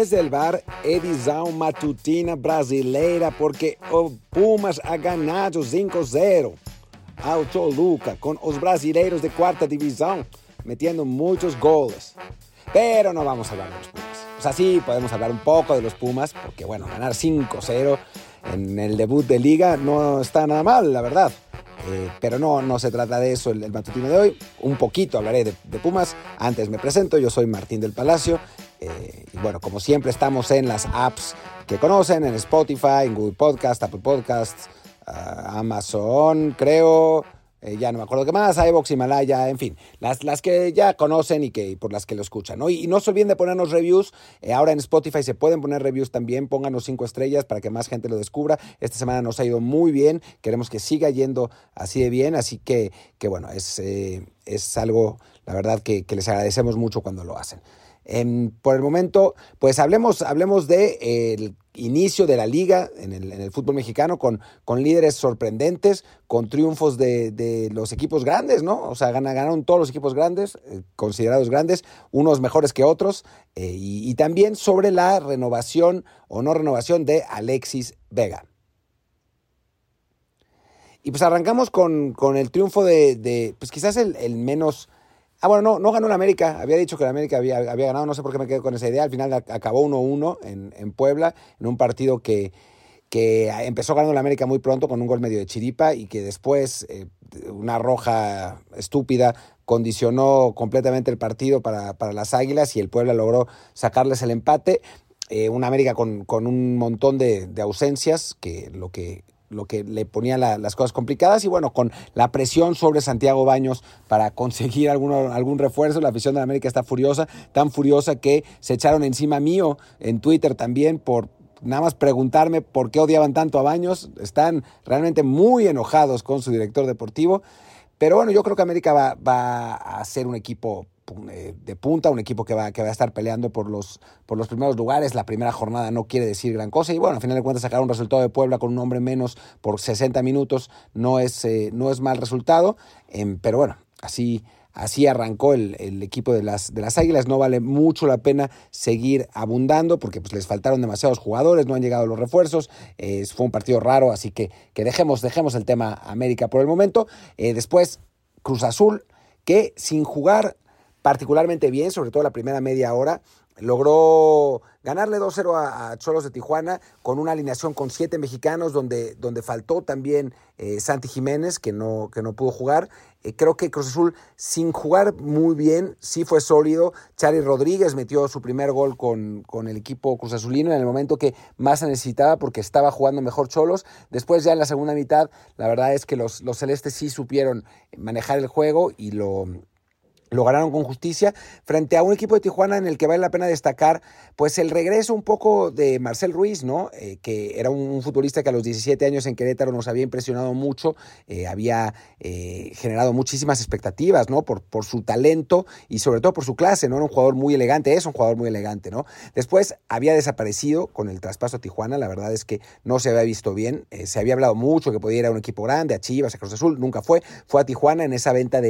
desde el bar edição matutina brasileira porque o Pumas ha ganado 5-0 ao Toluca con los brasileiros de cuarta división metiendo muchos goles. Pero no vamos a hablar de los Pumas. O sea, sí podemos hablar un poco de los Pumas porque, bueno, ganar 5-0 en el debut de Liga no está nada mal, la verdad. Pero no se trata de eso el matutino de hoy. Un poquito hablaré de Pumas. Antes me presento, yo soy Martín del Palacio. Y bueno, como siempre estamos en las apps que conocen, en Spotify, en Google Podcast, Apple Podcasts, Amazon, creo, ya no me acuerdo qué más, iVoox, Himalaya, en fin, las que ya conocen y por las que lo escuchan, ¿no? Y no se olviden de ponernos reviews. Ahora en Spotify se pueden poner reviews también. Pónganos 5 estrellas para que más gente lo descubra. Esta semana nos ha ido muy bien, queremos que siga yendo así de bien, así que bueno, es algo, la verdad, que les agradecemos mucho cuando lo hacen. Por el momento, pues hablemos de el inicio de la liga en el fútbol mexicano con líderes sorprendentes, con triunfos de los equipos grandes, ¿no? O sea, ganaron todos los equipos grandes, considerados grandes, unos mejores que otros, y también sobre la renovación o no renovación de Alexis Vega. Y pues arrancamos con el triunfo de pues quizás el menos... bueno, no ganó el América. Había dicho que el América había ganado, no sé por qué me quedé con esa idea. Al final acabó 1-1 en Puebla, en un partido que empezó ganando el América muy pronto con un gol medio de chiripa y que después una roja estúpida condicionó completamente el partido para las Águilas y el Puebla logró sacarles el empate. Un América con un montón de ausencias, lo que le ponía las cosas complicadas, y bueno, con la presión sobre Santiago Baños para conseguir algún refuerzo. La afición de la América está furiosa, tan furiosa que se echaron encima mío en Twitter también por nada más preguntarme por qué odiaban tanto a Baños. Están realmente muy enojados con su director deportivo, pero bueno, yo creo que América va a ser un equipo de punta, un equipo que va a estar peleando por los primeros lugares. La primera jornada no quiere decir gran cosa y bueno, al final de cuentas sacar un resultado de Puebla con un hombre menos por 60 minutos no es mal resultado, pero bueno, así arrancó el equipo de las Águilas. No vale mucho la pena seguir abundando porque pues les faltaron demasiados jugadores, no han llegado los refuerzos, fue un partido raro, así que dejemos el tema América por el momento. Después Cruz Azul, que sin jugar particularmente bien, sobre todo la primera media hora, logró ganarle 2-0 a Xolos de Tijuana con una alineación con 7 mexicanos donde faltó también Santi Jiménez, que no pudo jugar. Creo que Cruz Azul, sin jugar muy bien, sí fue sólido. Charly Rodríguez metió su primer gol con el equipo Cruz Azulino en el momento que más se necesitaba porque estaba jugando mejor Xolos. Después ya en la segunda mitad, la verdad es que los celestes sí supieron manejar el juego y lo ganaron con justicia frente a un equipo de Tijuana en el que vale la pena destacar pues el regreso un poco de Marcel Ruiz, ¿no? Que era un futbolista que a los 17 años en Querétaro nos había impresionado mucho, había generado muchísimas expectativas, ¿no? Por su talento y sobre todo por su clase, ¿no? Era un jugador muy elegante, es un jugador muy elegante, ¿no? Después había desaparecido con el traspaso a Tijuana, la verdad es que no se había visto bien, se había hablado mucho que podía ir a un equipo grande, a Chivas, a Cruz Azul, nunca fue a Tijuana en esa venta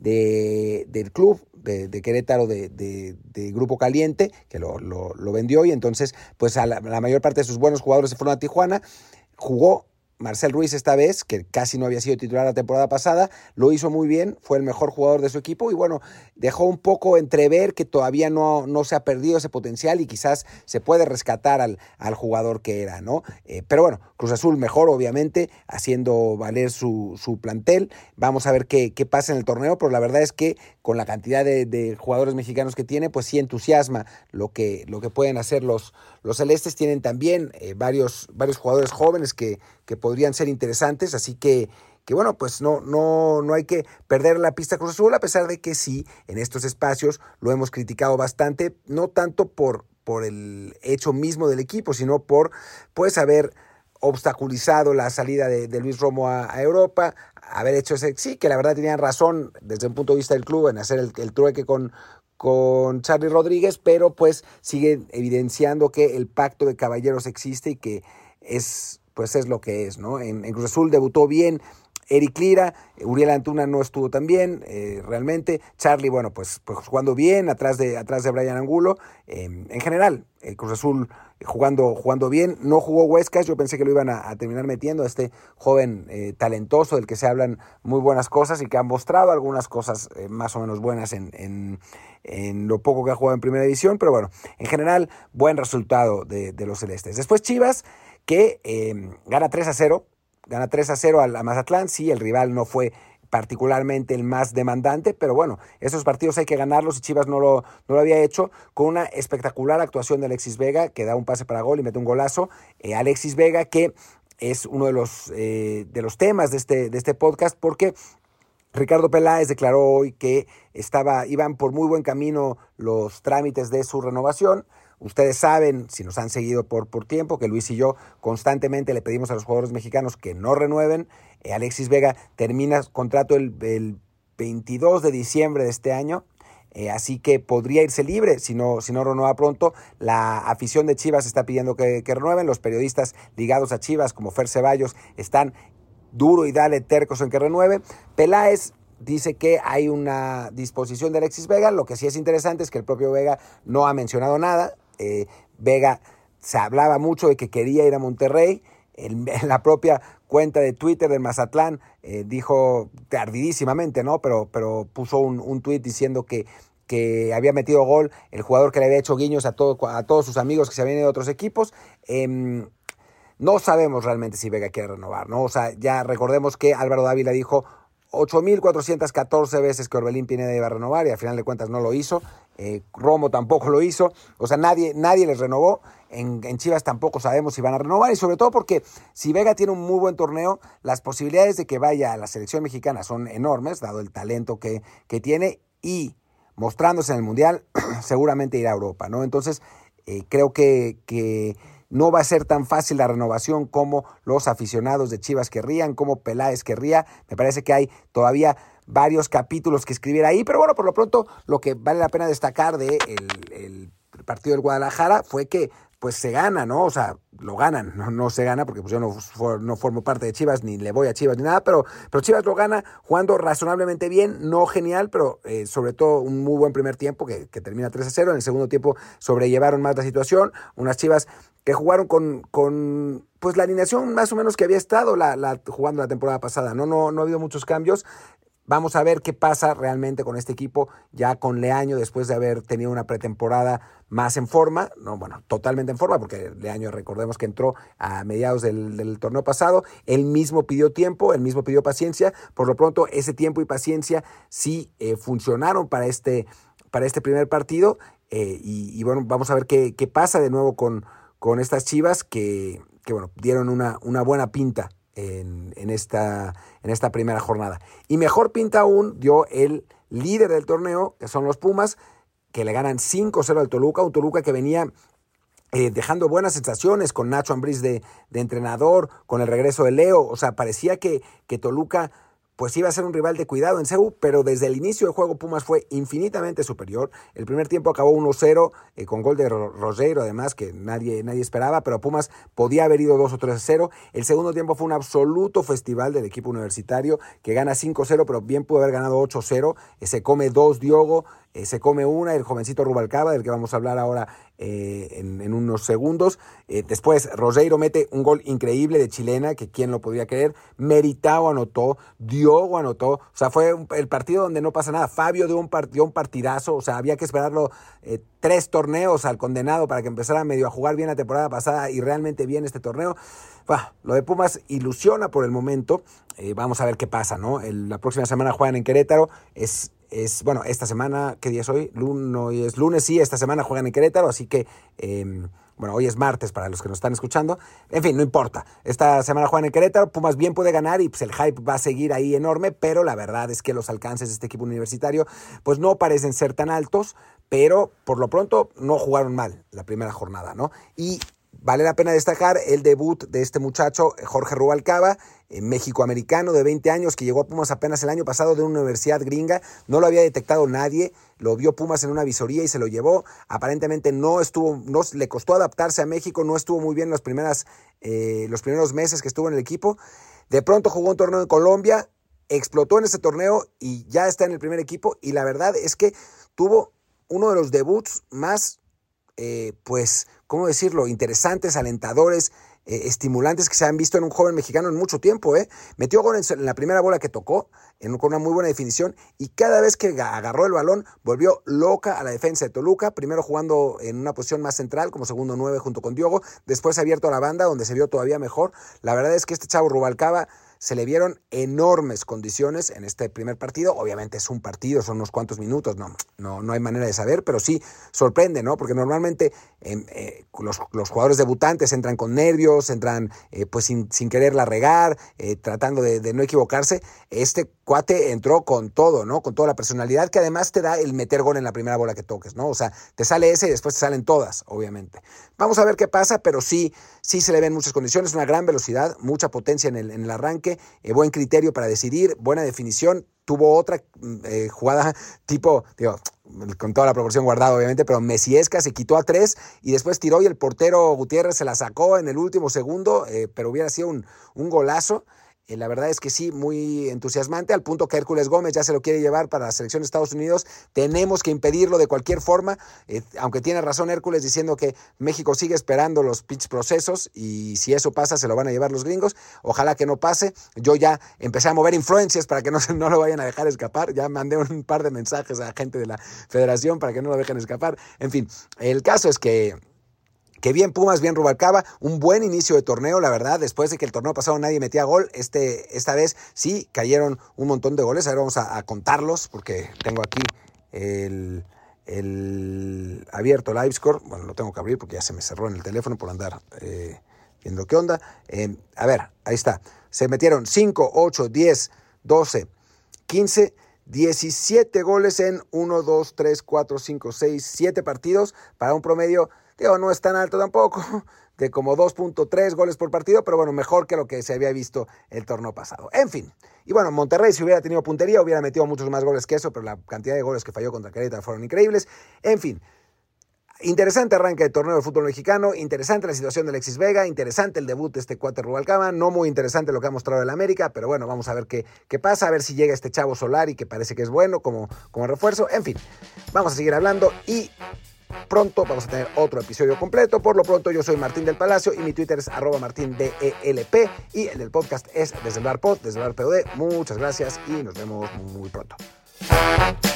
del club de Querétaro de Grupo Caliente, que lo vendió, y entonces pues la mayor parte de sus buenos jugadores se fueron a Tijuana. Jugó Marcel Ruiz esta vez, que casi no había sido titular la temporada pasada, lo hizo muy bien, fue el mejor jugador de su equipo y bueno, dejó un poco entrever que todavía no se ha perdido ese potencial y quizás se puede rescatar al jugador que era, ¿no? Pero bueno, Cruz Azul mejor, obviamente, haciendo valer su plantel. Vamos a ver qué pasa en el torneo, pero la verdad es que con la cantidad de jugadores mexicanos que tiene, pues sí entusiasma lo que pueden hacer los celestes. Tienen también varios jugadores jóvenes que podrían ser interesantes, así que bueno, pues no hay que perder la pista a Cruz Azul, a pesar de que sí, en estos espacios lo hemos criticado bastante, no tanto por el hecho mismo del equipo, sino por pues haber obstaculizado la salida de Luis Romo a Europa, haber hecho sí, que la verdad tenían razón desde un punto de vista del club en hacer el trueque con Charly Rodríguez, pero pues sigue evidenciando que el pacto de caballeros existe y que es lo que es, ¿no? En Cruz Azul debutó bien Eric Lira, Uriel Antuna no estuvo tan bien, realmente. Charlie, bueno, pues jugando bien, atrás de Brian Angulo. En general, Cruz Azul jugando bien. No jugó Huescas, yo pensé que lo iban a terminar metiendo a este joven talentoso del que se hablan muy buenas cosas y que ha mostrado algunas cosas más o menos buenas en lo poco que ha jugado en Primera División, pero bueno, en general, buen resultado de los celestes. Después Chivas, que gana 3-0. Gana 3-0 a Mazatlán. Sí, el rival no fue particularmente el más demandante, pero bueno, esos partidos hay que ganarlos y Chivas no lo había hecho, con una espectacular actuación de Alexis Vega, que da un pase para gol y mete un golazo. Alexis Vega, que es uno de los temas de este podcast, porque Ricardo Peláez declaró hoy que iban por muy buen camino los trámites de su renovación. Ustedes saben, si nos han seguido por tiempo, que Luis y yo constantemente le pedimos a los jugadores mexicanos que no renueven. Alexis Vega termina contrato el 22 de diciembre de este año, así que podría irse libre si no renueva pronto. La afición de Chivas está pidiendo que renueven. Los periodistas ligados a Chivas, como Fer Ceballos, están duro y dale tercos en que renueve. Peláez dice que hay una disposición de Alexis Vega. Lo que sí es interesante es que el propio Vega no ha mencionado nada. Vega se hablaba mucho de que quería ir a Monterrey. En la propia cuenta de Twitter del Mazatlán dijo tardidísimamente, ¿no? Pero puso un tuit diciendo que había metido gol el jugador que le había hecho guiños a todos sus amigos que se habían ido a otros equipos. No sabemos realmente si Vega quiere renovar, ¿no? O sea, ya recordemos que Álvaro Dávila dijo 8,414 veces que Orbelín Pineda iba a renovar y al final de cuentas no lo hizo. Romo tampoco lo hizo. O sea, nadie les renovó. En Chivas tampoco sabemos si van a renovar, y sobre todo porque si Vega tiene un muy buen torneo, las posibilidades de que vaya a la selección mexicana son enormes, dado el talento que tiene, y mostrándose en el Mundial, seguramente irá a Europa, ¿no? Entonces, creo que no va a ser tan fácil la renovación como los aficionados de Chivas querrían, como Peláez querría. Me parece que hay todavía varios capítulos que escribir ahí, pero bueno, por lo pronto lo que vale la pena destacar de el partido del Guadalajara fue que pues se gana, ¿no? O sea, lo ganan, no se gana porque pues yo no formo parte de Chivas, ni le voy a Chivas ni nada, pero Chivas lo gana jugando razonablemente bien, no genial, pero sobre todo un muy buen primer tiempo que termina 3-0. En el segundo tiempo sobrellevaron más la situación, unas Chivas que jugaron con pues la alineación más o menos que había estado jugando la temporada pasada, no ha habido muchos cambios. Vamos a ver qué pasa realmente con este equipo ya con Leaño, después de haber tenido una pretemporada más en forma, totalmente en forma, porque Leaño, recordemos que entró a mediados del torneo pasado. Él mismo pidió tiempo, él mismo pidió paciencia. Por lo pronto, ese tiempo y paciencia sí funcionaron para este primer partido, y bueno, vamos a ver qué pasa de nuevo con estas Chivas que bueno, dieron una buena pinta en esta primera jornada. Y mejor pinta aún dio el líder del torneo, que son los Pumas, que le ganan 5-0 al Toluca, un Toluca que venía dejando buenas sensaciones con Nacho Ambriz de entrenador, con el regreso de Leo. O sea, parecía que Toluca pues iba a ser un rival de cuidado en CU, pero desde el inicio del juego Pumas fue infinitamente superior. El primer tiempo acabó 1-0, con gol de Rogero, además, que nadie esperaba, pero Pumas podía haber ido 2 o 3-0. El segundo tiempo fue un absoluto festival del equipo universitario, que gana 5-0, pero bien pudo haber ganado 8-0. Se come 2 Diogo, se come una el jovencito Rubalcaba, del que vamos a hablar ahora en unos segundos. Después Rogero mete un gol increíble de chilena, que quién lo podía creer. Meritao anotó, Diogo anotó. O sea, fue el partido donde no pasa nada. Fabio dio un partidazo. O sea, había que esperarlo 3 torneos al condenado para que empezara medio a jugar bien la temporada pasada y realmente bien este torneo. Lo de Pumas ilusiona por el momento. Vamos a ver qué pasa, ¿no? La próxima semana juegan en Querétaro. Bueno, esta semana, ¿qué día es hoy? Hoy es lunes, sí, esta semana juegan en Querétaro, así que, bueno, hoy es martes para los que nos están escuchando. En fin, no importa. Esta semana juegan en Querétaro, Pumas bien puede ganar y pues el hype va a seguir ahí enorme, pero la verdad es que los alcances de este equipo universitario pues no parecen ser tan altos, pero por lo pronto no jugaron mal la primera jornada, ¿no? Y vale la pena destacar el debut de este muchacho, Jorge Rubalcaba, méxico-americano de 20 años, que llegó a Pumas apenas el año pasado de una universidad gringa. No lo había detectado nadie, lo vio Pumas en una visoría y se lo llevó. Aparentemente no le costó adaptarse a México, no estuvo muy bien los primeros meses que estuvo en el equipo. De pronto jugó un torneo en Colombia, explotó en ese torneo y ya está en el primer equipo. Y la verdad es que tuvo uno de los debuts más, ¿cómo decirlo?, interesantes, alentadores, estimulantes que se han visto en un joven mexicano en mucho tiempo. Metió gol en la primera bola que tocó, con una muy buena definición, y cada vez que agarró el balón volvió loca a la defensa de Toluca, primero jugando en una posición más central como segundo 9 junto con Diogo, después abierto a la banda donde se vio todavía mejor. La verdad es que este chavo Rubalcaba se le vieron enormes condiciones en este primer partido. Obviamente es un partido, son unos cuantos minutos, no hay manera de saber, pero sí sorprende, ¿no? Porque normalmente los jugadores debutantes entran con nervios, entran pues sin quererla regar, tratando de no equivocarse. Este cuate entró con todo, ¿no? Con toda la personalidad que además te da el meter gol en la primera bola que toques, ¿no? O sea, te sale ese y después te salen todas, obviamente. Vamos a ver qué pasa, pero sí se le ven muchas condiciones, una gran velocidad, mucha potencia en el arranque, buen criterio para decidir, buena definición. Tuvo otra jugada tipo, con toda la proporción guardada obviamente, pero mesiesca, se quitó a 3 y después tiró y el portero Gutiérrez se la sacó en el último segundo, pero hubiera sido un golazo. La verdad es que sí, muy entusiasmante, al punto que Hércules Gómez ya se lo quiere llevar para la selección de Estados Unidos. Tenemos que impedirlo de cualquier forma, aunque tiene razón Hércules diciendo que México sigue esperando los pitch procesos y si eso pasa se lo van a llevar los gringos. Ojalá que no pase. Yo ya empecé a mover influencias para que no lo vayan a dejar escapar. Ya mandé un par de mensajes a gente de la federación para que no lo dejen escapar. En fin, el caso es que bien Pumas, bien Rubalcaba, un buen inicio de torneo, la verdad, después de que el torneo pasado nadie metía gol, esta vez sí cayeron un montón de goles. Ahora vamos a contarlos porque tengo aquí el abierto LiveScore. Bueno, lo tengo que abrir porque ya se me cerró en el teléfono por andar viendo qué onda. A ver, ahí está. Se metieron 5, 8, 10, 12, 15, 17 goles en 1, 2, 3, 4, 5, 6, 7 partidos para un promedio. No es tan alto tampoco, de como 2.3 goles por partido, pero bueno, mejor que lo que se había visto el torneo pasado. En fin, y bueno, Monterrey si hubiera tenido puntería hubiera metido muchos más goles que eso, pero la cantidad de goles que falló contra Querétaro fueron increíbles. En fin, interesante arranque de torneo de fútbol mexicano, interesante la situación de Alexis Vega, interesante el debut de este cuate Rubalcaba, no muy interesante lo que ha mostrado el América, pero bueno, vamos a ver qué pasa, a ver si llega este chavo Solari, que parece que es bueno como refuerzo. En fin, vamos a seguir hablando y pronto vamos a tener otro episodio completo. Por lo pronto yo soy Martín del Palacio y mi Twitter es @martindelp y el del podcast es Desde el Bar Pod, Desde el Bar POD. Muchas gracias y nos vemos muy pronto.